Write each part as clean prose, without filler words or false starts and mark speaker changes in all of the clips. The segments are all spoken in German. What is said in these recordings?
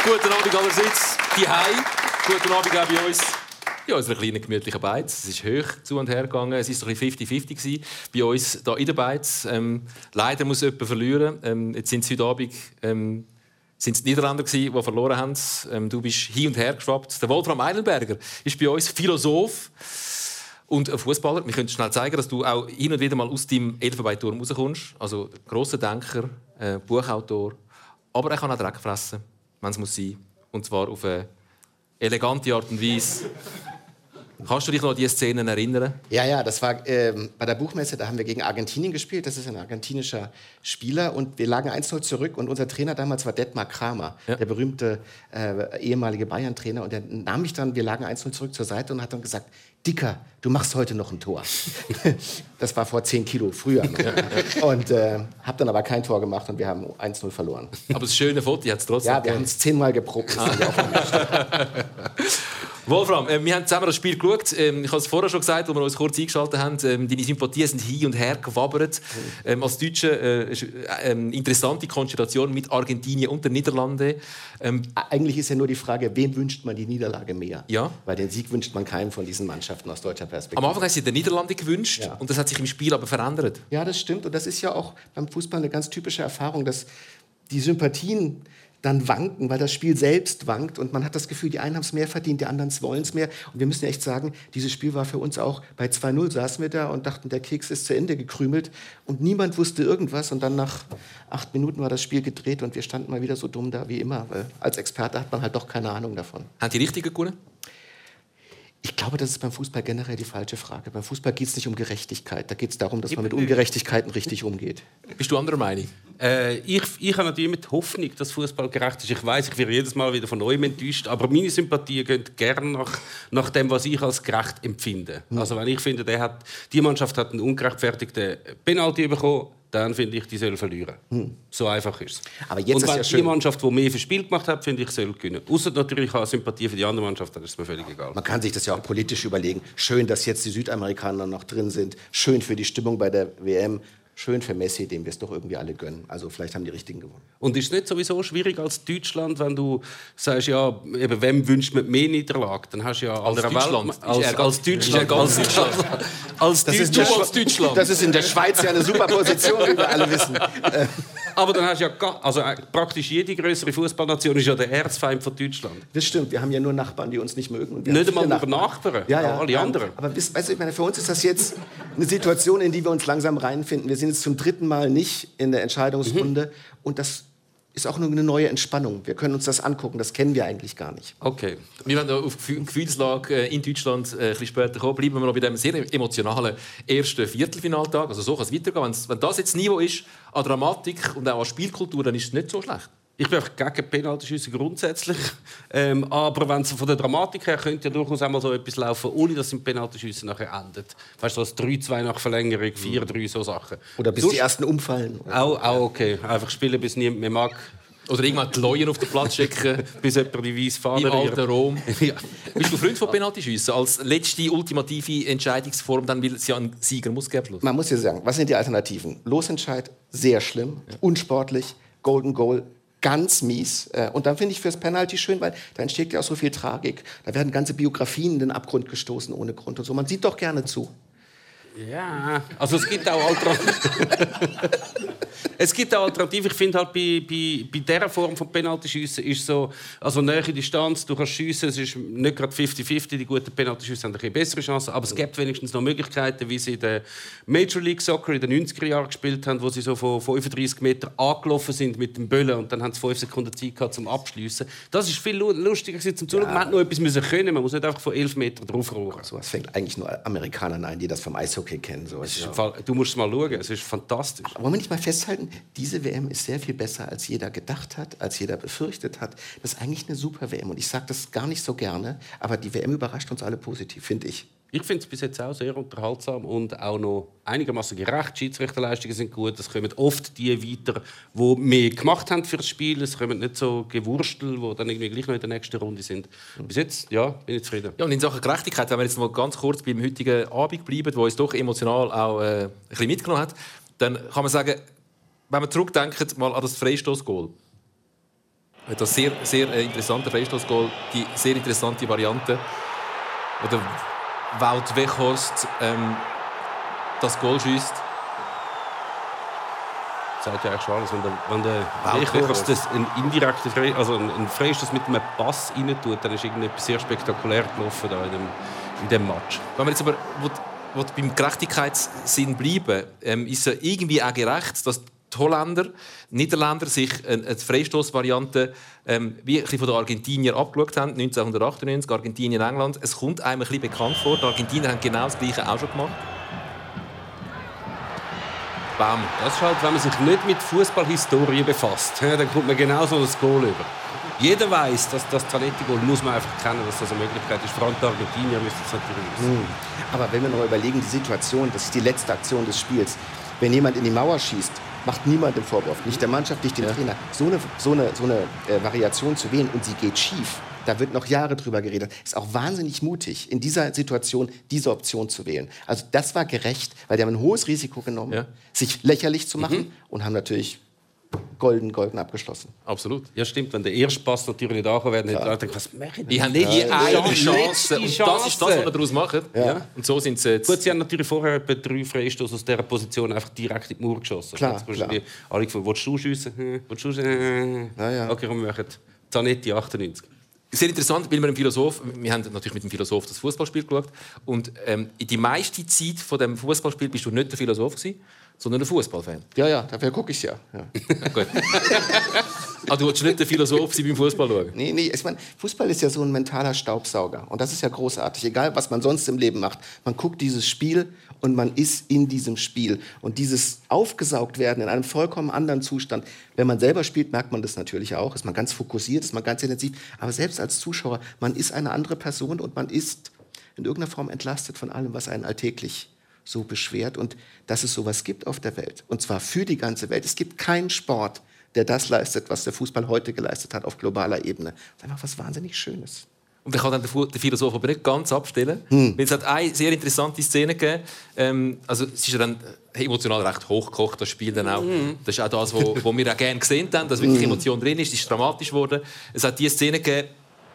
Speaker 1: Guten Abend allerseits. Die Hei. Guten Abend auch bei uns. Ja, unserer kleinen gemütlichen Beiz. Es ist hoch zu und her gegangen. Es war so ein bisschen 50-50 bei uns hier in der Beiz. Leider muss jemand verlieren. Jetzt sind es heute Abend sind es die Niederländer, die verloren haben. Du bist hin und her geschwappt. Der Wolfram Eilenberger ist bei uns Philosoph und ein Fußballer. Wir können schnell zeigen, dass du auch hin und wieder mal aus deinem Elfenbeinturm rauskommst. Also grosser Denker, Buchautor. Aber er kann auch Dreck fressen, wenn es sein muss. Und zwar auf eine elegante Art und Weise. Kannst du dich noch an diese Szenen erinnern?
Speaker 2: Ja, das war bei der Buchmesse, da haben wir gegen Argentinien gespielt. Das ist ein argentinischer Spieler und wir lagen 1-0 zurück und unser Trainer damals war Detmar Kramer, der berühmte ehemalige Bayern-Trainer. Und der nahm mich dann, wir lagen 1-0 zurück zur Seite und hat dann gesagt, Dicker, du machst heute noch ein Tor. Das war vor 10 Kilo früher. Und habe dann aber kein Tor gemacht und wir haben 1-0 verloren.
Speaker 1: Aber das schöne Foto hat es trotzdem.
Speaker 2: Ja, wir haben es 10-mal geprobt.
Speaker 1: Wolfram, wir haben zusammen das Spiel geschaut. Ich habe es vorher schon gesagt, als wir uns kurz eingeschaltet haben. Deine Sympathien sind hin und her gewabbert. Als Deutsche eine interessante Konstellation mit Argentinien und den Niederlanden.
Speaker 2: Eigentlich ist ja nur die Frage, wem wünscht man die Niederlage mehr?
Speaker 1: Ja.
Speaker 2: Weil den Sieg wünscht man keinem von diesen Mannschaften aus deutscher Perspektive.
Speaker 1: Am Anfang hast du den Niederlanden gewünscht, ja. Und das hat sich im Spiel aber verändert.
Speaker 2: Ja, das stimmt. Und das ist ja auch beim Fußball eine ganz typische Erfahrung, dass die Sympathien dann wanken, weil das Spiel selbst wankt und man hat das Gefühl, die einen haben es mehr verdient, die anderen wollen es mehr. Und wir müssen ja echt sagen, dieses Spiel war für uns auch, bei 2-0 saßen wir da und dachten, der Keks ist zu Ende gekrümelt und niemand wusste irgendwas und dann nach 8 Minuten war das Spiel gedreht und wir standen mal wieder so dumm da wie immer, weil als Experte hat man halt doch keine Ahnung davon.
Speaker 1: Haben die Richtigen gewonnen?
Speaker 2: Ich glaube, das ist beim Fußball generell die falsche Frage. Beim Fußball geht es nicht um Gerechtigkeit. Da geht es darum, dass man mit Ungerechtigkeiten richtig umgeht.
Speaker 1: Bist du anderer Meinung?
Speaker 3: Ich habe natürlich mit Hoffnung, dass Fußball gerecht ist. Ich weiß, ich werde jedes Mal wieder von neuem enttäuscht, aber meine Sympathien gehen gerne nach dem, was ich als gerecht empfinde. Also wenn ich finde, die Mannschaft hat einen ungerechtfertigten Penalty bekommen, dann finde ich, die soll verlieren. So einfach ist es.
Speaker 2: Aber jetzt
Speaker 3: und
Speaker 2: ist
Speaker 3: wenn
Speaker 2: ja schön,
Speaker 3: die Mannschaft, die mehr für Spiel gemacht hat, finde ich, soll gewinnen. Außer natürlich, ich habe Sympathie für die andere Mannschaft, dann ist es mir völlig egal.
Speaker 2: Man kann sich das ja auch politisch überlegen. Schön, dass jetzt die Südamerikaner noch drin sind. Schön für die Stimmung bei der WM. Schön für Messi, dem wir es doch irgendwie alle gönnen. Also vielleicht haben die Richtigen gewonnen.
Speaker 3: Und ist es nicht sowieso schwierig als Deutschland, wenn du sagst, ja, eben, wem wünscht man mehr Niederlage? Dann hast du ja
Speaker 1: als Deutschland.
Speaker 3: Als Deutschland.
Speaker 2: Das ist in der Schweiz ja eine super Position, wie wir alle wissen.
Speaker 3: Aber dann hast du ja praktisch jede größere Fußballnation ist ja der Erzfeind von Deutschland.
Speaker 2: Das stimmt. Wir haben ja nur Nachbarn, die uns nicht mögen. Und wir
Speaker 3: nicht einmal Nachbarn.
Speaker 2: Ja,
Speaker 3: alle anderen.
Speaker 2: Aber weißt du, ich meine, für uns ist das jetzt eine Situation, in die wir uns langsam reinfinden. Wir sind jetzt zum 3. Mal nicht in der Entscheidungsrunde. Und das ist auch nur eine neue Entspannung. Wir können uns das angucken. Das kennen wir eigentlich gar nicht.
Speaker 1: Okay. Wir werden auf Gefühlslage in Deutschland ein bisschen später kommen. Bleiben wir noch bei diesem sehr emotionalen ersten Viertelfinaltag. Also so kann es weitergehen. Wenn das jetzt das Niveau ist an Dramatik und auch an Spielkultur, dann ist es nicht so schlecht.
Speaker 3: Ich bin gegen Penaltyschüsse grundsätzlich. Aber wenn es von der Dramatik her könnte ja durchaus einmal so etwas laufen, ohne dass es im Penaltyschüsse nachher endet. Weißt du, das 3-2 nach Verlängerung, 4-3, so Sachen.
Speaker 2: Oder bis die ersten umfallen.
Speaker 3: Auch okay. Einfach spielen, bis niemand mehr mag.
Speaker 1: Oder irgendwann die Leuen auf den Platz schicken,
Speaker 3: bis jemand die weiße Fahne
Speaker 1: im alten Rom. Ja. Bist du Freund von Penaltyschüssen als letzte ultimative Entscheidungsform, dann, weil es ja einen Sieger muss geben?
Speaker 2: Man muss ja sagen, was sind die Alternativen? Losentscheid, sehr schlimm, unsportlich, Golden Goal, ganz mies. Und dann finde ich fürs Penalty schön, weil da entsteht ja auch so viel Tragik. Da werden ganze Biografien in den Abgrund gestoßen ohne Grund und so. Man sieht doch gerne zu.
Speaker 3: Ja, also es gibt auch Alternativen. Ich finde halt bei dieser Form von Penaltyschüssen ist so, also nahe Distanz, du kannst schiessen, es ist nicht gerade 50-50, die guten Penaltyschüsse haben eine bessere Chance, aber es gibt wenigstens noch Möglichkeiten, wie sie in der Major League Soccer in den 90er Jahren gespielt haben, wo sie so von 35 Metern angelaufen sind mit dem Böllen und dann haben sie 5 Sekunden Zeit gehabt zum Abschliessen. Das ist viel lustiger zum Zuschauen. Man hat noch etwas müssen können, man muss nicht einfach von 11 Metern draufrohren.
Speaker 2: So was fängt eigentlich nur Amerikanern ein, die das vom Eishockey kennen. So.
Speaker 3: Du musst es mal schauen, es ist fantastisch.
Speaker 2: Wollen wir nicht mal festhalten, diese WM ist sehr viel besser, als jeder gedacht hat, als jeder befürchtet hat. Das ist eigentlich eine super WM und ich sage das gar nicht so gerne, aber die WM überrascht uns alle positiv, finde ich.
Speaker 3: Ich finde es bis jetzt auch sehr unterhaltsam und auch noch einigermaßen gerecht. Die Schiedsrichterleistungen sind gut. Es kommen oft die weiter, die mehr gemacht haben für das Spiel. Es kommen nicht so Gewurstel, die dann irgendwie gleich noch in der nächsten Runde sind. Bis jetzt, ja, bin ich zufrieden.
Speaker 1: Ja, und in Sachen Gerechtigkeit, wenn wir jetzt mal ganz kurz beim heutigen Abend bleiben, wo uns doch emotional auch ein bisschen mitgenommen hat, dann kann man sagen, wenn man zurückdenkt mal an das Freistoßgoal. Das sehr, sehr interessante Freistoßgoal, die sehr interessante Variante, wo der Wout Weghorst das Goal schießt.
Speaker 3: Das sagt ja eigentlich schon alles. Wenn der Weghorst ein indirekter einen Freistoß mit einem Pass rein tut, dann ist irgendetwas sehr spektakulär gelaufen da in dem Match.
Speaker 1: Wenn wir jetzt aber beim Gerechtigkeitssinn bleiben, ist es irgendwie auch gerecht, dass die Niederländer sich eine Freistoßvariante wie von den Argentiniern abgeschaut haben, 1998, Argentinien, England. Es kommt einem ein bisschen bekannt vor. Die Argentinier haben genau das Gleiche auch schon gemacht. Bam.
Speaker 3: Das ist halt, wenn man sich nicht mit Fußballhistorie befasst, dann kommt man genau so das Goal über. Jeder weiß, dass das Zanetti-Goal muss man einfach kennen, dass das eine Möglichkeit ist. Vor allem die Argentinier müssen es natürlich wissen.
Speaker 2: Aber wenn wir noch überlegen, die Situation, das ist die letzte Aktion des Spiels. Wenn jemand in die Mauer schießt, macht niemand den Vorwurf. Nicht der Mannschaft, nicht der Trainer. So eine Variation zu wählen und sie geht schief, da wird noch Jahre drüber geredet. Ist auch wahnsinnig mutig, in dieser Situation diese Option zu wählen. Also das war gerecht, weil die haben ein hohes Risiko genommen, sich lächerlich zu machen und haben natürlich golden abgeschlossen.
Speaker 1: Absolut.
Speaker 3: Ja, stimmt. Wenn der erste Pass natürlich nicht angekommen wäre, dann hätte ich gedacht, was machen
Speaker 1: die haben nicht die eine Chance. Und das ist das, was wir daraus machen. Ja. Und so sind sie jetzt.
Speaker 3: Gut, sie haben natürlich vorher etwa 3 Freistoß aus dieser Position einfach direkt in die Mauer geschossen.
Speaker 2: Klar.
Speaker 3: Alle gefragt, willst du schiessen? Okay, komm, wir machen Zanetti 98.
Speaker 1: Sehr interessant, weil wir haben natürlich mit dem Philosoph das Fußballspiel geschaut. Und in die meiste Zeit von dem Fußballspiel bist du nicht der Philosoph gewesen, sondern der Fußballfan.
Speaker 2: Ja, dafür gucke ich es ja.
Speaker 1: Gut. Du willst nicht der Philosoph sein beim Fußball schauen?
Speaker 2: Nee, ich meine, Fußball ist ja so ein mentaler Staubsauger. Und das ist ja großartig. Egal, was man sonst im Leben macht. Man guckt dieses Spiel und man ist in diesem Spiel. Und dieses aufgesaugt werden in einem vollkommen anderen Zustand. Wenn man selber spielt, merkt man das natürlich auch. Ist man ganz fokussiert, ist man ganz intensiv. Aber selbst als Zuschauer, man ist eine andere Person und man ist in irgendeiner Form entlastet von allem, was einen alltäglich so beschwert. Und dass es sowas gibt auf der Welt. Und zwar für die ganze Welt. Es gibt keinen Sport, der das leistet, was der Fußball heute geleistet hat auf globaler Ebene. Das ist einfach was wahnsinnig Schönes.
Speaker 1: Und ich kann dann den Philosoph aber nicht ganz abstellen. Es hat eine sehr interessante Szene gegeben. Also es ist ja dann emotional recht hochgekocht, das Spiel dann auch. Das ist auch das, was wir auch gerne gesehen haben, dass wirklich Emotion drin ist. Es ist dramatisch geworden. Es hat die Szene gegeben,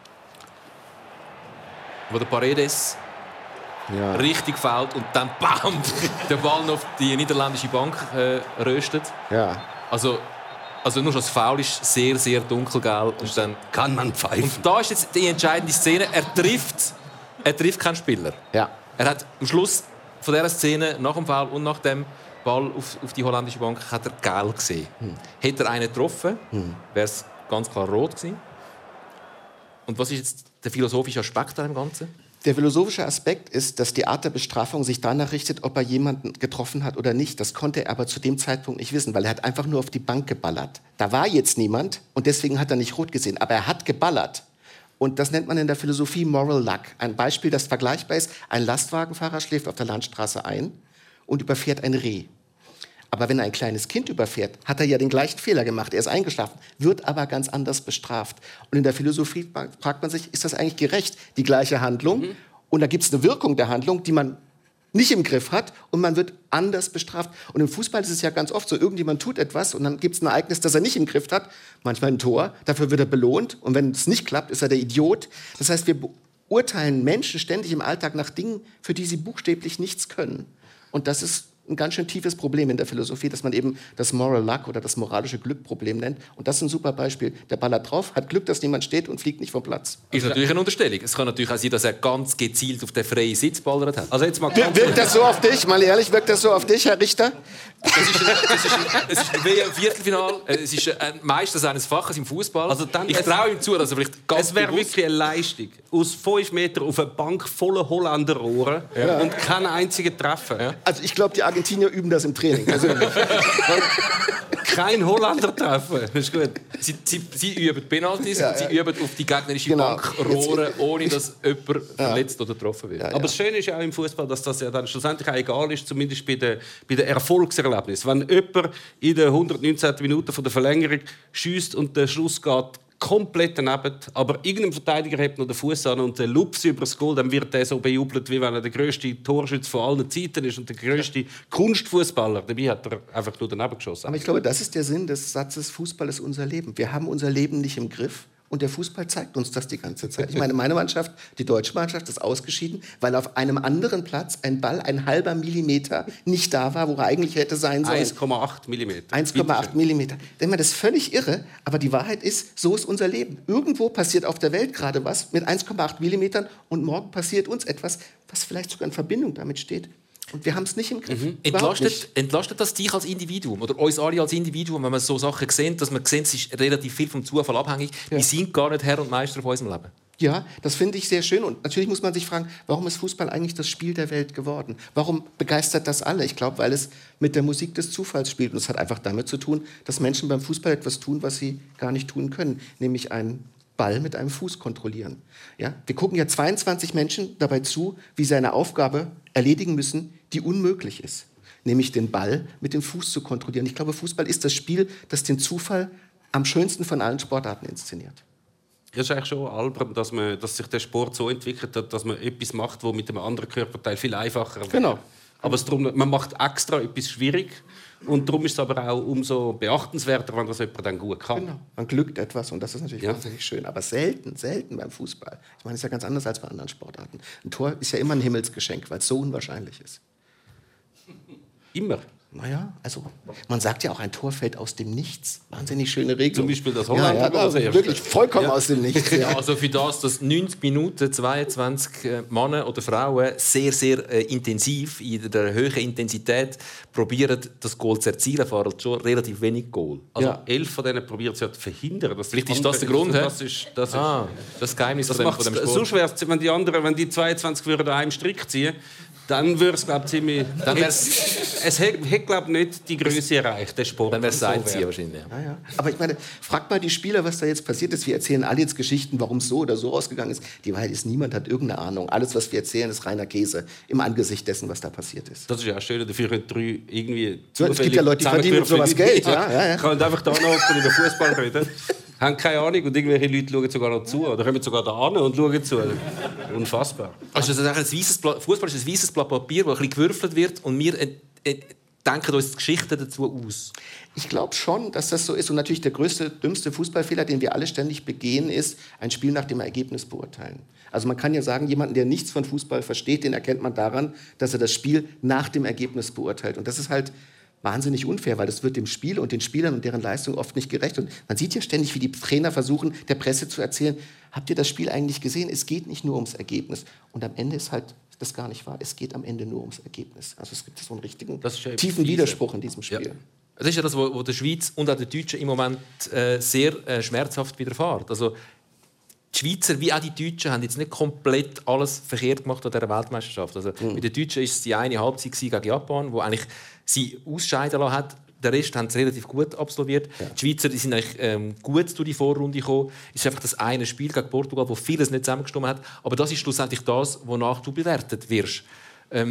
Speaker 1: wo der Paredes richtig fällt und dann BAM! Der Ball auf die niederländische Bank röstet.
Speaker 2: Ja.
Speaker 1: Also nur schon das Foul ist sehr, sehr dunkelgelb. Und dann
Speaker 3: kann man pfeifen.
Speaker 1: Und da ist jetzt die entscheidende Szene. Er trifft keinen Spieler.
Speaker 2: Ja.
Speaker 1: Er hat am Schluss von dieser Szene, nach dem Foul und nach dem Ball auf die holländische Bank, hat er gelb gesehen. Hätte er einen getroffen, wäre es ganz klar rot gewesen. Und was ist jetzt der philosophische Aspekt an dem Ganzen?
Speaker 2: Der philosophische Aspekt ist, dass die Art der Bestrafung sich danach richtet, ob er jemanden getroffen hat oder nicht. Das konnte er aber zu dem Zeitpunkt nicht wissen, weil er hat einfach nur auf die Bank geballert. Da war jetzt niemand und deswegen hat er nicht rot gesehen, aber er hat geballert. Und das nennt man in der Philosophie Moral Luck. Ein Beispiel, das vergleichbar ist. Ein Lastwagenfahrer schläft auf der Landstraße ein und überfährt ein Reh. Aber wenn er ein kleines Kind überfährt, hat er ja den gleichen Fehler gemacht. Er ist eingeschlafen, wird aber ganz anders bestraft. Und in der Philosophie fragt man sich, ist das eigentlich gerecht, die gleiche Handlung? Und da gibt es eine Wirkung der Handlung, die man nicht im Griff hat und man wird anders bestraft. Und im Fußball ist es ja ganz oft so, irgendjemand tut etwas und dann gibt es ein Ereignis, das er nicht im Griff hat, manchmal ein Tor, dafür wird er belohnt und wenn es nicht klappt, ist er der Idiot. Das heißt, wir beurteilen Menschen ständig im Alltag nach Dingen, für die sie buchstäblich nichts können. Und das ist ein ganz schön tiefes Problem in der Philosophie, dass man eben das Moral Luck oder das moralische Glück-Problem nennt. Und das ist ein super Beispiel. Der ballert drauf, hat Glück, dass niemand steht und fliegt nicht vom Platz.
Speaker 1: Ist natürlich eine Unterstellung. Es kann natürlich auch sein, dass er ganz gezielt auf den freien Sitz ballert hat.
Speaker 3: Also jetzt mal
Speaker 2: wirkt das so auf dich? Mal ehrlich, wirkt das so auf dich, Herr Richter?
Speaker 1: Es ist ein WM-Viertelfinale. Es ist meistens eines Faches im Fußball.
Speaker 3: Also dann
Speaker 1: ich traue ihm zu, dass er vielleicht ganz
Speaker 3: es wäre wirklich eine Leistung. Aus 5 Metern auf eine Bank voller Holländerrohren und keinen einzigen Treffer. Ja.
Speaker 2: Also ich glaube, die Argentinier üben das im Training.
Speaker 3: Kein Holländer treffen. Das ist gut.
Speaker 1: Sie üben Penalties und sie üben auf die gegnerische Bank rohren, ohne dass jemand verletzt oder getroffen wird.
Speaker 3: Aber das Schöne ist ja auch im Fußball, dass das ja dann schlussendlich auch egal ist, zumindest bei den Erfolgserlebnissen. Wenn jemand in der 119. Minute von der Verlängerung schiesst und der Schluss geht komplett daneben. Aber irgendein Verteidiger hebt noch den Fuß an und der Lups über das Goal, dann wird der so bejubelt, wie wenn er der grösste Torschütze von allen Zeiten ist und der grösste Kunstfußballer. Dabei hat er einfach nur daneben geschossen.
Speaker 2: Aber ich glaube, das ist der Sinn des Satzes, Fußball ist unser Leben. Wir haben unser Leben nicht im Griff. Und der Fußball zeigt uns das die ganze Zeit. Ich meine Mannschaft, die deutsche Mannschaft, ist ausgeschieden, weil auf einem anderen Platz ein Ball ein halber Millimeter nicht da war, wo er eigentlich hätte sein sollen.
Speaker 3: 1,8 Millimeter.
Speaker 2: 1,8 Millimeter. Das ist völlig irre, aber die Wahrheit ist, so ist unser Leben. Irgendwo passiert auf der Welt gerade was mit 1,8 Millimetern und morgen passiert uns etwas, was vielleicht sogar in Verbindung damit steht. Und wir haben es nicht im Griff.
Speaker 1: Entlastet das dich als Individuum oder uns alle als Individuum, wenn man so Sachen sehen, dass man sehen, es ist relativ viel vom Zufall abhängig. Ja. Wir sind gar nicht Herr und Meister von unserem Leben.
Speaker 2: Ja, das finde ich sehr schön. Und natürlich muss man sich fragen, warum ist Fußball eigentlich das Spiel der Welt geworden? Warum begeistert das alle? Ich glaube, weil es mit der Musik des Zufalls spielt. Und es hat einfach damit zu tun, dass Menschen beim Fußball etwas tun, was sie gar nicht tun können. Nämlich einen Ball mit einem Fuß kontrollieren. Ja? Wir gucken ja 22 Menschen dabei zu, wie sie eine Aufgabe erledigen müssen, die unmöglich ist. Nämlich den Ball mit dem Fuß zu kontrollieren. Ich glaube, Fußball ist das Spiel, das den Zufall am schönsten von allen Sportarten inszeniert.
Speaker 3: Es ist eigentlich schon albern, dass sich der Sport so entwickelt hat, dass man etwas macht, das mit einem anderen Körperteil viel einfacher wäre.
Speaker 2: Genau.
Speaker 3: Aber man macht extra etwas schwierig. Und darum ist es aber auch umso beachtenswerter, wenn das jemand dann gut kann.
Speaker 2: Genau. Man glückt etwas und das ist natürlich wahnsinnig schön. Aber selten beim Fußball. Ich meine, es ist ja ganz anders als bei anderen Sportarten. Ein Tor ist ja immer ein Himmelsgeschenk, weil es so unwahrscheinlich ist.
Speaker 3: Immer?
Speaker 2: Naja, also man sagt ja auch, ein Tor fällt aus dem Nichts. Wahnsinnig schöne Regelung.
Speaker 3: Zum Beispiel das Holland.
Speaker 2: Also wirklich vollkommen aus dem Nichts.
Speaker 1: Ja. Also für das, dass 90 Minuten 22 Männer oder Frauen sehr, sehr intensiv, in der hohen Intensität probieren, das Goal zu erzielen, fahren schon relativ wenig Goal.
Speaker 3: Also 11 von denen probieren sie zu verhindern.
Speaker 1: Vielleicht ist das der Grund.
Speaker 3: Das
Speaker 1: Geheimnis von dem Sport.
Speaker 3: So schwer, wenn die 22 würden an einem Strick ziehen, dann würde es, glaube ich, ziemlich... Es hätte, glaube ich, nicht die Größe erreicht, der Sport.
Speaker 1: Dann wäre es Seilziehen wahrscheinlich.
Speaker 2: Ja. Aber ich meine, fragt mal die Spieler, was da jetzt passiert ist. Wir erzählen alle jetzt Geschichten, warum es so oder so ausgegangen ist. Die Wahrheit ist, niemand hat irgendeine Ahnung. Alles, was wir erzählen, ist reiner Käse im Angesicht dessen, was da passiert ist.
Speaker 3: Das ist ja auch schön, dafür können 3 irgendwie...
Speaker 2: Es gibt ja Leute, die verdienen mit sowas Geld. Ja.
Speaker 3: Können einfach da noch und über Fußball reden. Haben keine Ahnung und irgendwelche Leute schauen sogar noch zu. Oder kommen sogar da an und schauen zu. Unfassbar.
Speaker 1: Also Fußball ist ein weißes Blatt Papier, das ein bisschen gewürfelt wird und wir denken uns die Geschichten dazu aus.
Speaker 2: Ich glaube schon, dass das so ist. Und natürlich der größte, dümmste Fußballfehler, den wir alle ständig begehen, ist, ein Spiel nach dem Ergebnis beurteilen. Also man kann ja sagen, jemanden, der nichts von Fußball versteht, den erkennt man daran, dass er das Spiel nach dem Ergebnis beurteilt. Und das ist halt wahnsinnig unfair, weil das wird dem Spiel und den Spielern und deren Leistung oft nicht gerecht. Und man sieht ja ständig, wie die Trainer versuchen, der Presse zu erzählen, habt ihr das Spiel eigentlich gesehen? Es geht nicht nur ums Ergebnis. Und am Ende ist halt das gar nicht wahr. Es geht am Ende nur ums Ergebnis. Also es gibt so einen richtigen, tiefen Widerspruch in diesem Spiel.
Speaker 1: Ja. Das ist ja das, was der Schweiz und auch der Deutschen im Moment sehr schmerzhaft widerfährt. Also die Schweizer wie auch die Deutschen haben jetzt nicht komplett alles verkehrt gemacht an dieser Weltmeisterschaft. Also bei den Deutschen war es die eine Halbzeit gegen Japan, wo eigentlich sie ausscheiden lassen hat. Der Rest haben es relativ gut absolviert. Ja. Die Schweizer die sind eigentlich gut durch die Vorrunde gekommen. Es ist einfach das eine Spiel gegen Portugal, wo vieles nicht zusammengestimmt hat. Aber das ist schlussendlich das, wonach du bewertet wirst.
Speaker 3: Ja,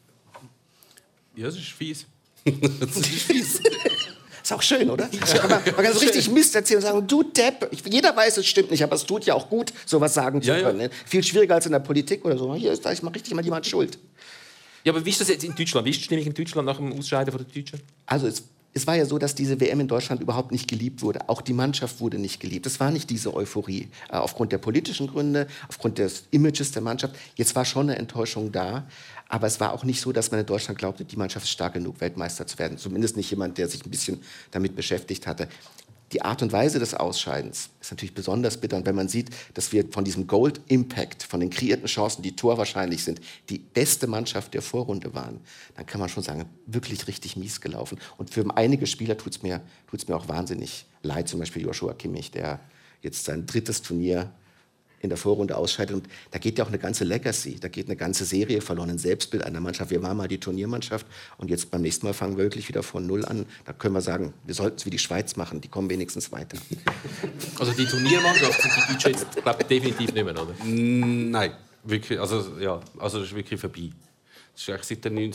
Speaker 3: das ist fies. Das ist fies.
Speaker 2: Ist auch schön, oder? Man kann so richtig Mist erzählen und sagen, du Depp. Jeder weiß, es stimmt nicht, aber es tut ja auch gut, sowas sagen zu können. Ja. Viel schwieriger als in der Politik oder so. Hier ist da mal richtig mal jemand schuld.
Speaker 1: Ja, aber wie ist das jetzt in Deutschland? Wie ist die Stimmung in Deutschland nach dem Ausscheiden von den Deutschen?
Speaker 2: Also es war ja so, dass diese WM in Deutschland überhaupt nicht geliebt wurde. Auch die Mannschaft wurde nicht geliebt. Es war nicht diese Euphorie. Aufgrund der politischen Gründe, aufgrund des Images der Mannschaft. Jetzt war schon eine Enttäuschung da. Aber es war auch nicht so, dass man in Deutschland glaubte, die Mannschaft ist stark genug, Weltmeister zu werden. Zumindest nicht jemand, der sich ein bisschen damit beschäftigt hatte. Die Art und Weise des Ausscheidens ist natürlich besonders bitter. Und wenn man sieht, dass wir von diesem Gold Impact, von den kreierten Chancen, die torwahrscheinlich sind, die beste Mannschaft der Vorrunde waren, dann kann man schon sagen, wirklich richtig mies gelaufen. Und für einige Spieler tut's mir auch wahnsinnig leid. Zum Beispiel Joshua Kimmich, der jetzt sein 3. Turnier in der Vorrunde ausscheidet. Und da geht ja auch eine ganze Legacy, da geht eine ganze Serie verloren, ein Selbstbild einer Mannschaft. Wir waren mal die Turniermannschaft und jetzt beim nächsten Mal fangen wir wirklich wieder von Null an. Da können wir sagen, wir sollten es wie die Schweiz machen, die kommen wenigstens weiter.
Speaker 1: Also die Turniermannschaft sind die Deutschen jetzt, glaube ich, definitiv nicht mehr, oder?
Speaker 3: Nein, wirklich, also das ist wirklich vorbei. Das ist seit den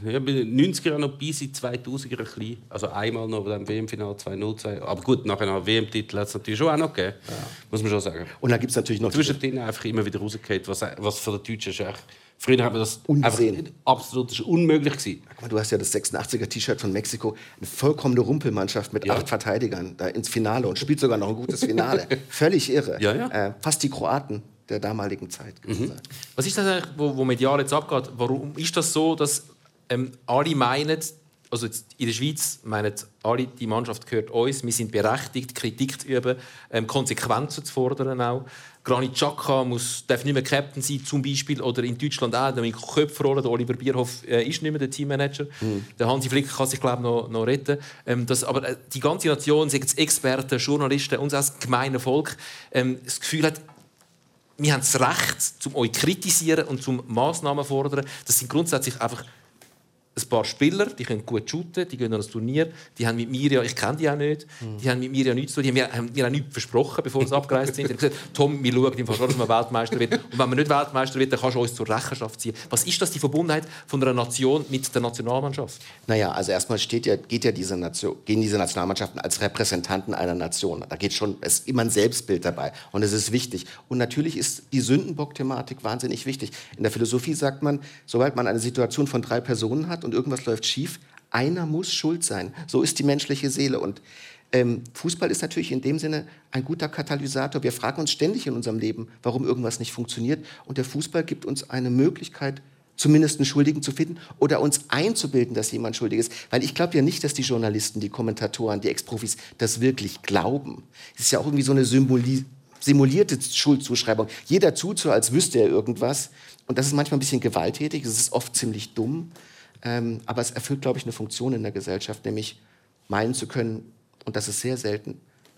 Speaker 3: 90er Jahren noch bis in 2000er ein bisschen. Also einmal noch beim WM-Final 2-0. Aber gut, nachher noch WM-Titel hat es natürlich schon auch noch gegeben. Ja. Muss man schon sagen.
Speaker 2: Und dann gibt es natürlich noch...
Speaker 3: Zwischendrin einfach immer wieder rausgefallen, was für die Deutschen ist. Früher haben wir das absolut unmöglich gewesen.
Speaker 2: Du hast ja das 86er-T-Shirt von Mexiko. Eine vollkommene Rumpelmannschaft mit 8 Verteidigern da ins Finale und spielt sogar noch ein gutes Finale. Völlig irre.
Speaker 3: Ja.
Speaker 2: Fast die Kroaten der damaligen Zeit.
Speaker 1: Was ist das eigentlich, wo medial jetzt abgeht? Warum ist das so, dass alle meinen, also jetzt in der Schweiz meinen alle, die Mannschaft gehört uns, wir sind berechtigt, Kritik zu üben, Konsequenzen zu fordern auch. Granit Xhaka darf nicht mehr Captain sein, zum Beispiel, oder in Deutschland auch, der Köpferrolle, der Oliver Bierhoff ist nicht mehr der Teammanager. Der Hansi Flick kann sich, glaube ich, noch retten. Aber die ganze Nation, sagen es Experten, Journalisten, uns als gemeine Volk, das Gefühl hat, wir haben das Recht, um euch zu kritisieren und zum Massnahmen zu fordern. Das sind grundsätzlich einfach ein paar Spieler, die können gut shooten, die gehen an das Turnier, die haben mit mir ja, ich kenne die auch nicht, die haben mit mir ja nichts zu tun, die haben mir auch nichts versprochen, bevor sie abgereist sind. Die haben gesagt, Tom, wir schauen im Fall schon, dass man Weltmeister wird. Und wenn man nicht Weltmeister wird, dann kannst du uns zur Rechenschaft ziehen. Was ist das, die Verbundenheit von einer Nation mit der Nationalmannschaft?
Speaker 2: Naja, also erstmal gehen diese Nationalmannschaften als Repräsentanten einer Nation. Da geht schon, es ist immer ein Selbstbild dabei und es ist wichtig. Und natürlich ist die Sündenbock-Thematik wahnsinnig wichtig. In der Philosophie sagt man, sobald man eine Situation von 3 Personen hat und irgendwas läuft schief, einer muss schuld sein. So ist die menschliche Seele. Und Fußball ist natürlich in dem Sinne ein guter Katalysator. Wir fragen uns ständig in unserem Leben, warum irgendwas nicht funktioniert. Und der Fußball gibt uns eine Möglichkeit, zumindest einen Schuldigen zu finden oder uns einzubilden, dass jemand schuldig ist. Weil ich glaube ja nicht, dass die Journalisten, die Kommentatoren, die Ex-Profis das wirklich glauben. Es ist ja auch irgendwie so eine simulierte Schuldzuschreibung. Jeder tut so, als wüsste er irgendwas. Und das ist manchmal ein bisschen gewalttätig, es ist oft ziemlich dumm. Aber es erfüllt, glaube ich, eine Funktion in der Gesellschaft, nämlich meinen zu können, und das ist sehr selten,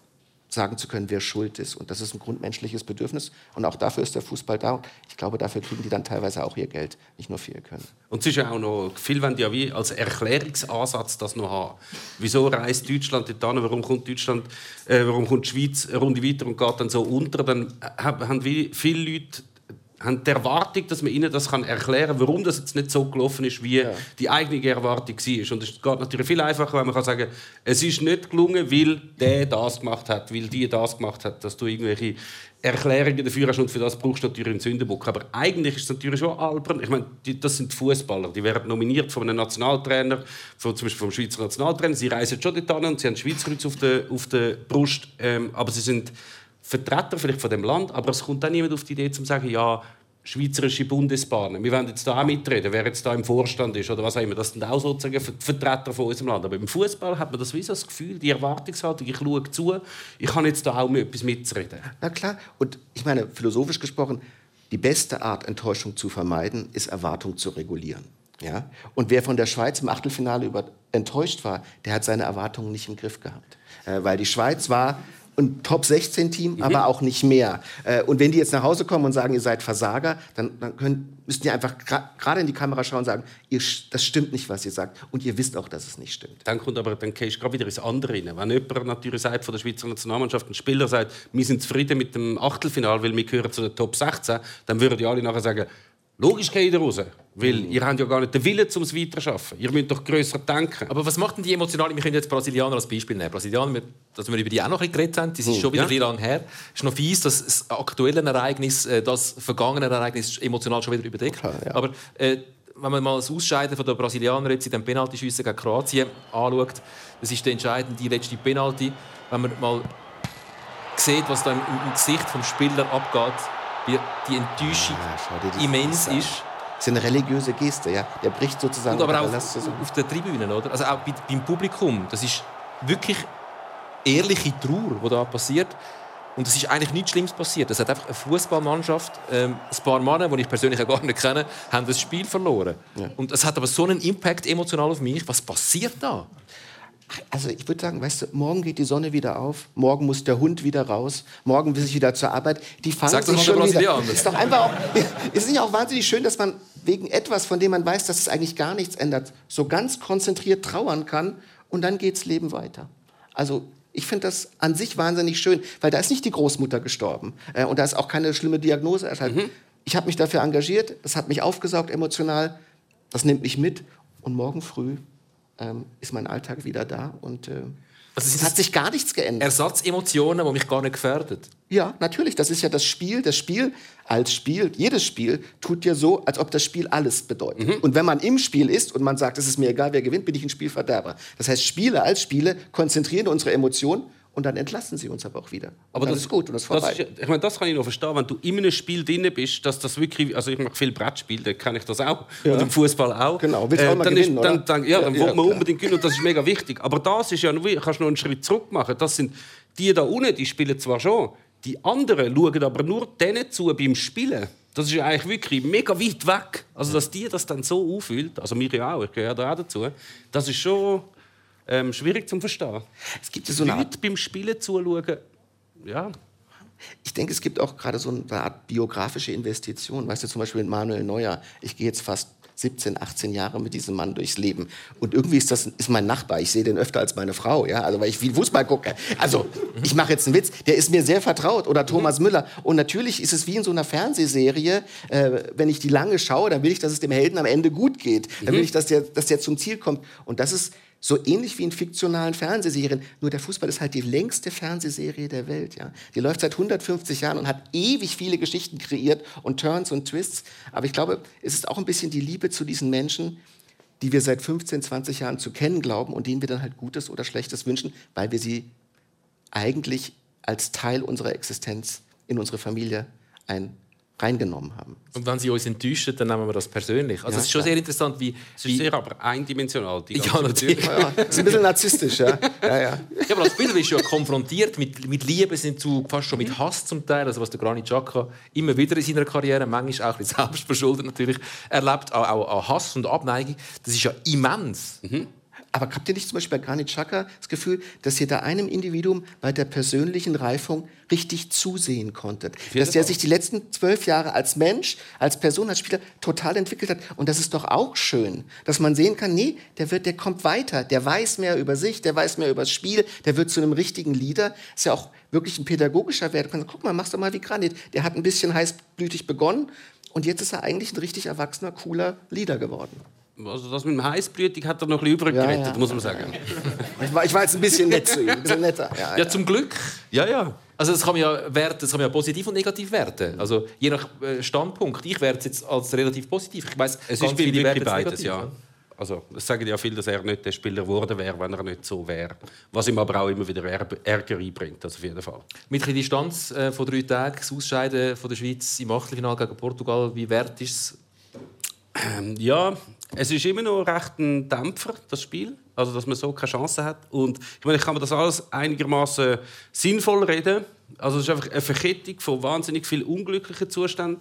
Speaker 2: sagen zu können, wer schuld ist. Und das ist ein grundmenschliches Bedürfnis. Und auch dafür ist der Fußball da. Und ich glaube, dafür kriegen die dann teilweise auch ihr Geld, nicht nur für ihr Können.
Speaker 3: Und es ist ja auch noch, viele wollen ja wie als Erklärungsansatz das noch haben. Wieso reist Deutschland dort hin? Warum kommt die Schweiz eine Runde weiter und geht dann so unter? Dann haben wie viele Leute die Erwartung, dass man ihnen das erklären kann, warum das jetzt nicht so gelaufen ist, wie die eigene Erwartung war. Und es geht natürlich viel einfacher, wenn man sagen kann, es ist nicht gelungen, weil der das gemacht hat, weil die das gemacht hat, dass du irgendwelche Erklärungen dafür hast und für das brauchst du natürlich einen Sündenbock. Aber eigentlich ist es natürlich schon albern. Ich meine, das sind Fußballer, die werden nominiert von einem Nationaltrainer, zum Beispiel vom Schweizer Nationaltrainer. Sie reisen schon dorthin und sie haben Schweizerkreuz auf der Brust, aber sie sind Vertreter vielleicht von dem Land, aber es kommt dann niemand auf die Idee, zu sagen, ja, Schweizerische Bundesbahnen, wir wollen jetzt da auch mitreden, wer jetzt da im Vorstand ist oder was auch immer, das sind auch sozusagen Vertreter von unserem Land. Aber im Fußball hat man das wie so das Gefühl, die Erwartungshaltung, ich schaue zu, ich kann jetzt da auch etwas mitzureden.
Speaker 2: Na klar, und ich meine, philosophisch gesprochen, die beste Art, Enttäuschung zu vermeiden, ist Erwartung zu regulieren. Ja? Und wer von der Schweiz im Achtelfinale enttäuscht war, der hat seine Erwartungen nicht im Griff gehabt. Weil die Schweiz war ein Top-16-Team, aber auch nicht mehr. Und wenn die jetzt nach Hause kommen und sagen, ihr seid Versager, dann müsst ihr einfach gerade in die Kamera schauen und sagen, das stimmt nicht, was ihr sagt. Und ihr wisst auch, dass es nicht stimmt.
Speaker 3: Dann gehst du gerade wieder ins andere rein. Wenn jemand natürlich sagt, von der Schweizer Nationalmannschaft, ein Spieler sagt, wir sind zufrieden mit dem Achtelfinale, weil wir gehören zu den Top 16, dann würden die alle nachher sagen, logisch geht ihr raus, weil ihr habt ja gar nicht den Willen, um es weiterzuschaffen. Ihr müsst doch grösser denken.
Speaker 1: Aber was macht denn die emotionale... Wir können jetzt Brasilianer als Beispiel nehmen. Brasilianer, dass wir über die auch noch ein bisschen geredet haben, das ist schon wieder ein lange her. Es ist noch fies, dass das aktuelle Ereignis, das vergangene Ereignis emotional schon wieder überdeckt. Ja. Aber wenn man mal das Ausscheiden der Brasilianer jetzt in dem Penaltyschiessen gegen Kroatien anschaut, das ist der entscheidende letzte Penalty. Wenn man mal sieht, was da im Gesicht des Spielers abgeht, wie die Enttäuschung immens ist.
Speaker 2: Das ist eine religiöse Geste, ja. Der bricht sozusagen...
Speaker 1: Und aber auch auf den Tribünen, oder? Also auch beim Publikum. Das ist wirklich ehrliche Trauer, die da passiert. Und es ist eigentlich nichts Schlimmes passiert. Es hat einfach eine Fußballmannschaft, ein paar Männer, die ich persönlich auch gar nicht kenne, haben das Spiel verloren. Ja. Und es hat aber so einen Impact emotional auf mich. Was passiert da?
Speaker 2: Also ich würde sagen, weißt du, morgen geht die Sonne wieder auf, morgen muss der Hund wieder raus, morgen will ich wieder zur Arbeit. Die fangen sich schon wieder. Ist doch einfach auch, ist nicht auch wahnsinnig schön, dass man wegen etwas, von dem man weiß, dass es eigentlich gar nichts ändert, so ganz konzentriert trauern kann und dann geht's Leben weiter. Also ich finde das an sich wahnsinnig schön, weil da ist nicht die Großmutter gestorben und da ist auch keine schlimme Diagnose erscheint. Ich habe mich dafür engagiert, das hat mich aufgesaugt emotional. das nimmt mich mit und morgen früh ist mein Alltag wieder da und es hat sich gar nichts geändert.
Speaker 1: Ersatzemotionen, die mich gar nicht gefährdet.
Speaker 2: Ja, natürlich, das ist ja das Spiel. Das Spiel als Spiel, jedes Spiel tut ja so, als ob das Spiel alles bedeutet. Und wenn man im Spiel ist und man sagt, es ist mir egal, wer gewinnt, bin ich ein Spielverderber. Das heißt, Spiele als Spiele konzentrieren unsere Emotionen und dann entlassen sie uns aber auch wieder. Aber das ist gut und das ist vorbei.
Speaker 3: Ich meine, das kann ich noch verstehen, wenn du in einem Spiel drin bist, dass das wirklich, also ich mache viel Brettspiele, dann kann ich das auch, und im Fußball auch.
Speaker 2: Genau, willst du auch mal gewinnen, oder?
Speaker 3: Dann will man unbedingt gewinnen und das ist mega wichtig. Aber das ist ja, kannst du noch einen Schritt zurück machen. Das sind die da unten, die spielen zwar schon, die anderen schauen aber nur denen zu beim Spielen. Das ist ja eigentlich wirklich mega weit weg. Also dass die das dann so auffühlt, also mir ja auch, ich gehöre da auch dazu, das ist schon schwierig zu verstehen.
Speaker 2: Es gibt so eine
Speaker 3: Leute beim Spielen zuschauen, ja.
Speaker 2: Ich denke, es gibt auch gerade so eine Art biografische Investition. Weißt du, zum Beispiel mit Manuel Neuer. Ich gehe jetzt fast 17, 18 Jahre mit diesem Mann durchs Leben. Und irgendwie ist mein Nachbar. Ich sehe den öfter als meine Frau, ja? Also weil ich viel Fußball gucke. Also, ich mache jetzt einen Witz. Der ist mir sehr vertraut. Oder Thomas Müller. Und natürlich ist es wie in so einer Fernsehserie. Wenn ich die lange schaue, dann will ich, dass es dem Helden am Ende gut geht. Dann will ich, dass der zum Ziel kommt. Und das ist so ähnlich wie in fiktionalen Fernsehserien. Nur der Fußball ist halt die längste Fernsehserie der Welt. Ja? Die läuft seit 150 Jahren und hat ewig viele Geschichten kreiert und Turns und Twists. Aber ich glaube, es ist auch ein bisschen die Liebe zu diesen Menschen, die wir seit 15, 20 Jahren zu kennen glauben und denen wir dann halt Gutes oder Schlechtes wünschen, weil wir sie eigentlich als Teil unserer Existenz in unsere Familie reingenommen haben.
Speaker 1: Und wenn sie uns enttäuschen, dann nehmen wir das persönlich. Also es ist schon sehr interessant, wie...
Speaker 3: Es ist sehr aber eindimensional.
Speaker 1: Ja, natürlich.
Speaker 2: Ja, das ist ein bisschen narzisstisch, ja.
Speaker 1: Ja, aber als Spieler bist du ja konfrontiert mit Liebe, fast schon mit Hass zum Teil, also was der Granit Xhaka immer wieder in seiner Karriere, manchmal auch ein bisschen selbstverschuldet natürlich, erlebt, auch Hass und Abneigung. Das ist ja immens.
Speaker 2: Aber habt ihr nicht zum Beispiel bei Granit Xhaka das Gefühl, dass ihr da einem Individuum bei der persönlichen Reifung richtig zusehen konntet? Dass der sich die letzten 12 Jahre als Mensch, als Person, als Spieler total entwickelt hat. Und das ist doch auch schön, dass man sehen kann, nee, der kommt weiter, der weiß mehr über sich, der weiß mehr über das Spiel, der wird zu einem richtigen Leader. Ist ja auch wirklich ein pädagogischer Wert. Man sagt, guck mal, mach's doch mal wie Granit. Der hat ein bisschen heißblütig begonnen und jetzt ist er eigentlich ein richtig erwachsener, cooler Leader geworden.
Speaker 3: Also das mit dem Heißblütig hat er noch ein bisschen übrig gerettet, muss man sagen.
Speaker 2: Ich war jetzt ein bisschen nett zu ihm, ein bisschen netter.
Speaker 1: Ja, zum Glück. Ja. Also das kann man ja positiv und negativ werten. Also je nach Standpunkt. Ich werte es jetzt als relativ positiv. Ich weiss,
Speaker 3: es ist wirklich beides, ja. Also, es sagen ja viele, dass er nicht der Spieler geworden wäre, wenn er nicht so wäre. Was ihm aber auch immer wieder Ärger einbringt, also auf jeden Fall.
Speaker 1: Mit der Distanz von 3 Tagen, das Ausscheiden von der Schweiz im Achtelfinale gegen Portugal, wie wert ist es?
Speaker 3: Ja, es ist immer noch recht ein Dämpfer, das Spiel. Also, dass man so keine Chance hat. Und ich meine, ich kann mir das alles einigermaßen sinnvoll reden. Also, es ist einfach eine Verkettung von wahnsinnig vielen unglücklichen Zufällen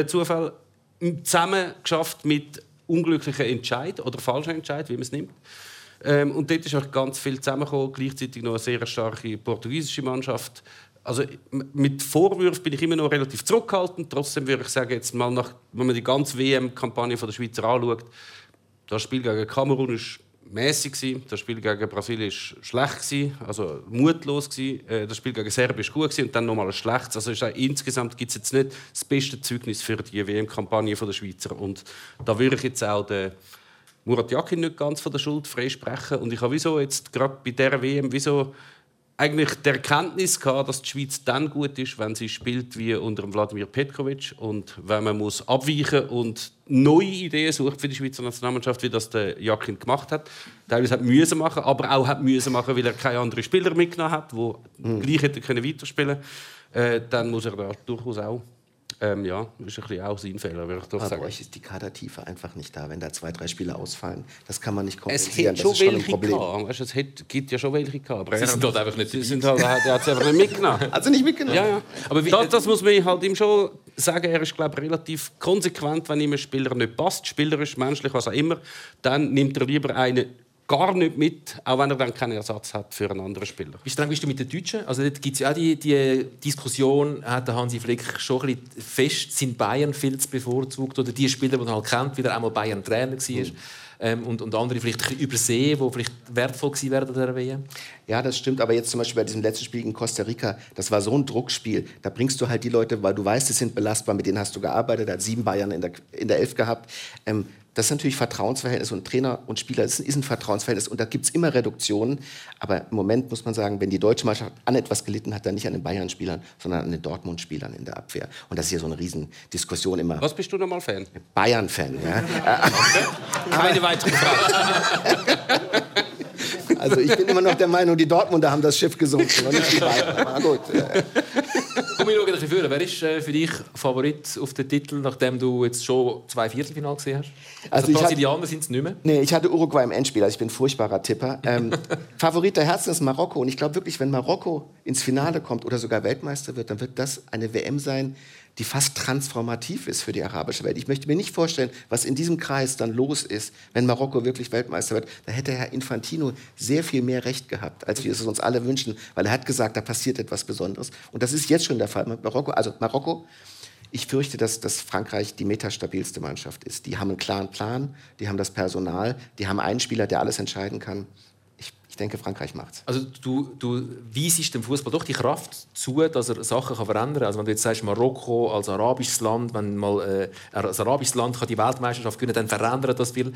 Speaker 3: zusammen geschafft mit unglücklichen Entscheid oder falschen Entscheid, wie man es nimmt. Und dort ist auch ganz viel zusammengekommen. Gleichzeitig noch eine sehr starke portugiesische Mannschaft. Also mit Vorwürfen bin ich immer noch relativ zurückhaltend. Trotzdem würde ich sagen, jetzt mal wenn man die ganze WM-Kampagne der Schweizer anschaut, das Spiel gegen Kamerun war mäßig, das Spiel gegen Brasilien war schlecht, also mutlos. Das Spiel gegen Serbien war gut und dann nochmal ein schlechtes. Also insgesamt gibt es jetzt nicht das beste Zeugnis für die WM-Kampagne der Schweizer. Und da würde ich jetzt auch den Murat Yakin nicht ganz von der Schuld freisprechen. Und ich habe jetzt gerade bei dieser WM eigentlich die Erkenntnis gehabt, dass die Schweiz dann gut ist, wenn sie spielt wie unter Wladimir Petkovic und wenn man muss abweichen und neue Ideen sucht für die Schweizer Nationalmannschaft, wie das der Yakin gemacht hat. Teilweise hat müssen machen, aber auch hat müssen machen, weil er keine anderen Spieler mitgenommen hat, die gleich hätten können weiterspielen. Dann muss er da durchaus auch. Ja, ist ein bisschen auch sein Fehler, würde ich doch sagen.
Speaker 2: Aber bei euch ist die Kadertiefe einfach nicht da, wenn da 2, 3 Spieler ausfallen. Das kann man nicht
Speaker 3: kompensieren. Es gibt schon welche gehabt. Es gibt ja schon welche gehabt. Aber
Speaker 1: sie sind dort einfach nicht.
Speaker 3: Der hat es einfach nicht mitgenommen.
Speaker 2: Also nicht mitgenommen?
Speaker 3: Ja. Aber das muss man halt ihm schon sagen. Er ist, glaube ich, relativ konsequent, wenn ihm ein Spieler nicht passt, spielerisch, menschlich, was auch immer, dann nimmt er lieber einen gar nicht mit, auch wenn er dann keinen Ersatz hat für einen anderen Spieler.
Speaker 1: Wie streng bist du mit den Deutschen? Also dort gibt es ja auch die Diskussion, hat der Hansi Flick schon ein bisschen fest sind Bayern viel zu bevorzugt oder die Spieler, die man halt kennt, wie er einmal Bayern-Trainer war. Und andere vielleicht ein bisschen übersehen, die vielleicht wertvoll gewesen wären an dieser WM?
Speaker 2: Ja, das stimmt. Aber jetzt zum Beispiel bei diesem letzten Spiel gegen Costa Rica, das war so ein Druckspiel. Da bringst du halt die Leute, weil du weißt, sie sind belastbar, mit denen hast du gearbeitet, da hat 7 Bayern in der 11 gehabt. Das ist natürlich Vertrauensverhältnis und Trainer und Spieler ist ein Vertrauensverhältnis und da gibt es immer Reduktionen. Aber im Moment muss man sagen, wenn die deutsche Mannschaft an etwas gelitten hat, dann nicht an den Bayern-Spielern, sondern an den Dortmund-Spielern in der Abwehr. Und das ist hier so eine Riesendiskussion immer.
Speaker 3: Was bist du nochmal Fan?
Speaker 2: Bayern-Fan, ja.
Speaker 3: Keine weitere Frage.
Speaker 2: Also ich bin immer noch der Meinung, die Dortmunder haben das Schiff gesunken und nicht die Bayern. Aber gut.
Speaker 1: Komm, ich schaue ein bisschen vor. Wer ist für dich Favorit auf den Titel, nachdem du jetzt schon 2 Viertelfinale gesehen hast? Also Brasilianer sind es nicht mehr?
Speaker 2: Nee, ich hatte Uruguay im Endspiel, also ich bin ein furchtbarer Tipper. Favorit der Herzen ist Marokko. Und ich glaube wirklich, wenn Marokko ins Finale kommt oder sogar Weltmeister wird, dann wird das eine WM sein, die fast transformativ ist für die arabische Welt. Ich möchte mir nicht vorstellen, was in diesem Kreis dann los ist, wenn Marokko wirklich Weltmeister wird. Da hätte Herr Infantino sehr viel mehr Recht gehabt, als wir es uns alle wünschen, weil er hat gesagt, da passiert etwas Besonderes. Und das ist jetzt schon der Fall mit Marokko. Also Marokko, ich fürchte, dass Frankreich die metastabilste Mannschaft ist. Die haben einen klaren Plan, die haben das Personal, die haben einen Spieler, der alles entscheiden kann. Ich denke, Frankreich macht's.
Speaker 1: Also du weisst dem Fußball doch die Kraft zu, dass er Sachen verändern kann. Also wenn du jetzt sagst, Marokko als arabisches Land, wenn mal ein arabisches Land kann die Weltmeisterschaft gewinnen, dann verändert das viel.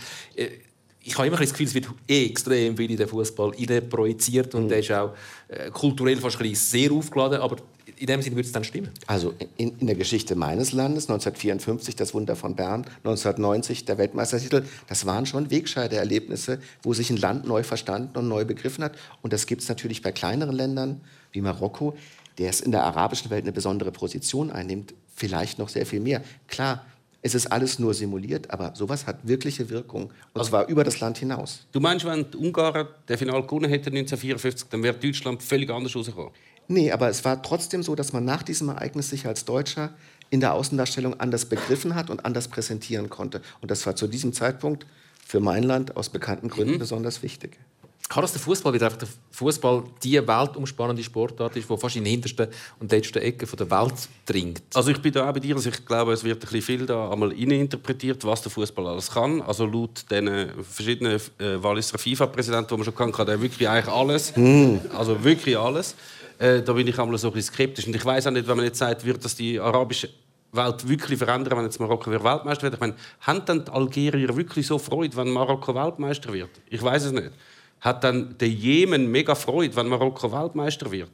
Speaker 1: Ich habe immer das Gefühl, es wird extrem viel in den Fußball projiziert und der ist auch kulturell fast sehr aufgeladen. Aber in dem Sinne würde es dann stimmen.
Speaker 2: Also in der Geschichte meines Landes, 1954 das Wunder von Bern, 1990 der Weltmeistertitel, das waren schon Wegscheidererlebnisse, wo sich ein Land neu verstanden und neu begriffen hat. Und das gibt es natürlich bei kleineren Ländern wie Marokko, der es in der arabischen Welt eine besondere Position einnimmt, vielleicht noch sehr viel mehr. Klar, es ist alles nur simuliert, aber sowas hat wirkliche Wirkung. Und zwar über das Land hinaus.
Speaker 3: Du meinst, wenn die Ungarn das Finale gewonnen hätten 1954, dann wäre Deutschland völlig anders rausgekommen?
Speaker 2: Nee, aber es war trotzdem so, dass man nach diesem Ereignis sich als Deutscher in der Außendarstellung anders begriffen hat und anders präsentieren konnte. Und das war zu diesem Zeitpunkt für mein Land aus bekannten Gründen besonders wichtig.
Speaker 1: Kann das der Fußball, weil der Fußball die weltumspannende Sportart ist, die fast in die hintersten und letzten Ecken der Welt dringt?
Speaker 3: Also ich bin da auch bei dir. Also ich glaube, es wird ein bisschen viel da einmal interpretiert, was der Fußball alles kann. Also laut den verschiedenen Walliser FIFA-Präsidenten, die man schon kann der wirklich eigentlich alles. Also wirklich alles. Da bin ich einmal so ein bisschen skeptisch. Und ich weiß auch nicht, wenn man jetzt sagt, wird das die arabische Welt wirklich verändern, wenn jetzt Marokko Weltmeister wird. Ich meine, haben dann die Algerier wirklich so Freude, wenn Marokko Weltmeister wird? Ich weiß es nicht. Hat dann der Jemen mega Freude, wenn Marokko Weltmeister wird?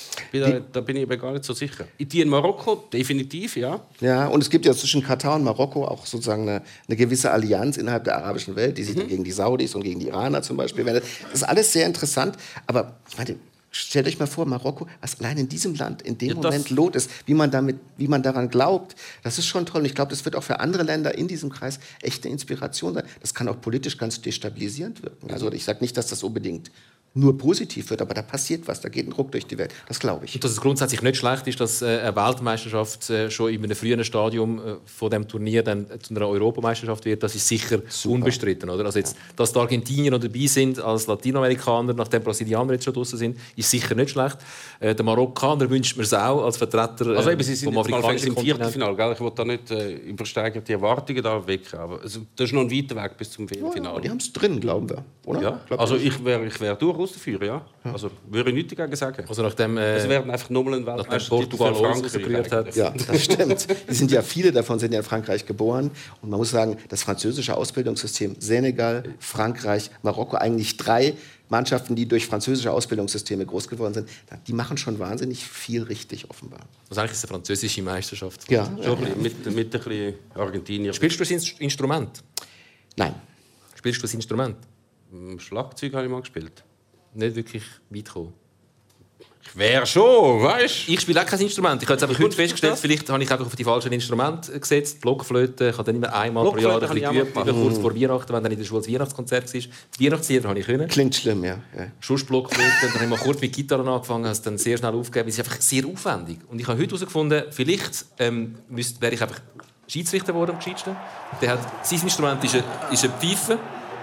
Speaker 3: Da bin ich aber gar nicht so sicher. Die in Marokko definitiv, ja.
Speaker 2: Ja, und es gibt ja zwischen Katar und Marokko auch sozusagen eine gewisse Allianz innerhalb der arabischen Welt, die sich dann gegen die Saudis und gegen die Iraner zum Beispiel wendet. Das ist alles sehr interessant, aber ich meine, stellt euch mal vor, Marokko, was allein in diesem Land in dem Moment los ist, wie man daran glaubt, das ist schon toll. Und ich glaube, das wird auch für andere Länder in diesem Kreis echt eine Inspiration sein. Das kann auch politisch ganz destabilisierend wirken. Also ich sage nicht, dass das unbedingt nur positiv wird, aber da passiert was, da geht ein Ruck durch die Welt. Das glaube ich.
Speaker 1: Und dass es grundsätzlich nicht schlecht ist, dass eine Weltmeisterschaft schon in einem frühen Stadium von dem Turnier dann zu einer Europameisterschaft wird, das ist sicher unbestritten. Oder? Also jetzt, dass die Argentinier noch dabei sind als Latinamerikaner, nachdem Brasilianer jetzt schon draußen sind, ist sicher nicht schlecht. Der Marokkaner wünscht man es auch als Vertreter
Speaker 3: also eben, sie sind
Speaker 1: vom afrikanischen
Speaker 3: im Viertelfinale. Gell? Ich will da nicht übersteigen die Erwartungen da wecken, aber das ist noch ein weiter Weg bis zum Viertelfinale.
Speaker 2: Ja, die haben es drin, glauben wir. Oder?
Speaker 3: Ja. Also ich wär durchaus dafür, ja. Also würde ich nichts dagegen sagen.
Speaker 1: Also nachdem
Speaker 3: es werden einfach nochmal ein Weltmeister
Speaker 1: Portugal ausgerührt hat.
Speaker 2: Ja, das stimmt. Die sind ja, viele davon sind ja in Frankreich geboren. Und man muss sagen, das französische Ausbildungssystem, Senegal, Frankreich, Marokko, eigentlich 3 Mannschaften, die durch französische Ausbildungssysteme groß geworden sind, die machen schon wahnsinnig viel richtig, offenbar.
Speaker 1: Also eigentlich ist es eine französische Meisterschaft.
Speaker 2: Ja.
Speaker 3: Schon mit ein bisschen Argentinier.
Speaker 1: Spielst du das Instrument?
Speaker 2: Nein.
Speaker 1: Spielst du das Instrument?
Speaker 3: Schlagzeug habe ich mal gespielt.
Speaker 1: Nicht wirklich weit gekommen.
Speaker 3: Ich wäre schon, weißt du?
Speaker 1: Ich spiele auch kein Instrument. Ich habe jetzt einfach heute festgestellt, vielleicht habe ich einfach auf die falschen Instrumente gesetzt. Blockflöte, ich habe dann immer einmal pro Jahr ein bisschen geübt, kurz vor Weihnachten, wenn dann in der Schule das Weihnachtskonzert war. Die Weihnachtslieder habe ich können.
Speaker 2: Klingt schlimm, ja.
Speaker 1: Schuss Blockflöte, dann habe ich mal kurz mit Gitarre angefangen, habe es dann sehr schnell aufgegeben. Es ist einfach sehr aufwendig. Und ich habe heute herausgefunden, vielleicht wäre ich einfach Schiedsrichter geworden am gescheitsten. Sein Instrument ist eine Pfeife.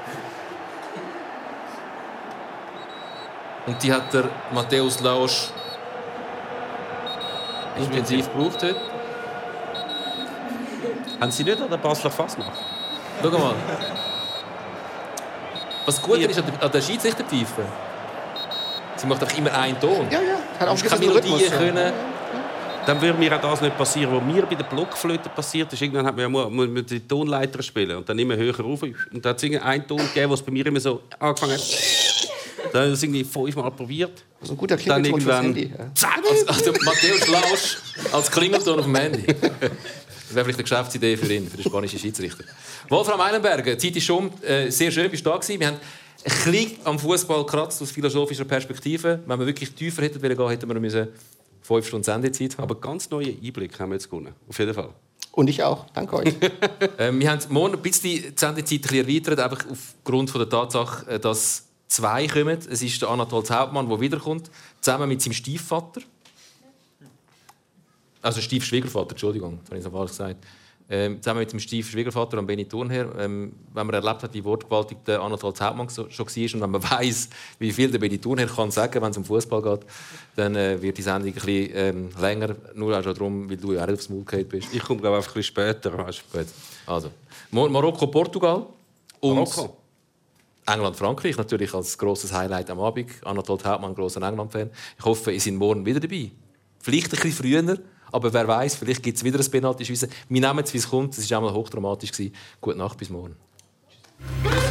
Speaker 1: Und die hat der Matthäus Lausch intensiv gebraucht heute.
Speaker 3: Haben Sie nicht an der Basler Fasnacht?
Speaker 1: Schau mal. Was gut ist an der Schiedsrichterpfeife, sie macht einfach immer einen Ton.
Speaker 2: Ja, ja. Hat auch
Speaker 1: keine Melodien können.
Speaker 3: dann würde mir auch das nicht passieren, was mir bei der Blockflöte passiert ist. Irgendwann hat man die Tonleiter spielen und dann immer höher rauf. Und da hat es einen Ton gegeben, was bei mir immer so angefangen hat. Dann habe ich das irgendwie 5-mal probiert.
Speaker 2: Das ist ein guter Klingelton fürs Handy.
Speaker 3: Zack!
Speaker 1: Also Matthäus Lausch als Klingelton auf dem Handy. Das wäre vielleicht eine Geschäftsidee für ihn, für den spanischen Schiedsrichter. Wolfram Eilenberger, die Zeit ist schon sehr schön, bist du da gewesen. Wir haben ein bisschen am Fußball gekratzt aus philosophischer Perspektive. Wenn wir wirklich tiefer hätten gehen, hätten wir 5 Stunden Sendezeit haben.
Speaker 3: Aber ganz neue Einblicke haben wir jetzt gewonnen. Auf jeden Fall.
Speaker 2: Und ich auch. Danke euch.
Speaker 1: Wir haben morgen ein bisschen die Sendezeit erweitert, einfach aufgrund der Tatsache, dass 2 kommen. Es ist der Anatol Hauptmann, der wiederkommt, zusammen mit seinem Stiefvater. Also Stiefschwiegervater, Entschuldigung, das habe ich so falsch gesagt. Zusammen mit dem Stiefschwiegervater und Benny Thurnherr. Wenn man erlebt hat, wie wortgewaltig der Anatol Hauptmann schon war und wenn man weiss, wie viel der Benny Thurnherr kann sagen, wenn es um Fußball geht, dann wird die Sendung ein bisschen länger. Nur auch schon darum, weil du ja auch aufs Maul gefallen bist.
Speaker 3: Ich komme glaube einfach ein bisschen später. Weißt du.
Speaker 1: Gut. Also, Marokko, Portugal und
Speaker 3: Marokko.
Speaker 1: England, Frankreich natürlich als grosses Highlight am Abend. Anatol Hauptmann, grosser England-Fan. Ich hoffe, ihr seid morgen wieder dabei. Vielleicht ein bisschen früher, aber wer weiß, vielleicht gibt es wieder ein Penalty-Schiessen. Wir nehmen es, wie es kommt. Es war einmal hochdramatisch. Gute Nacht, bis morgen.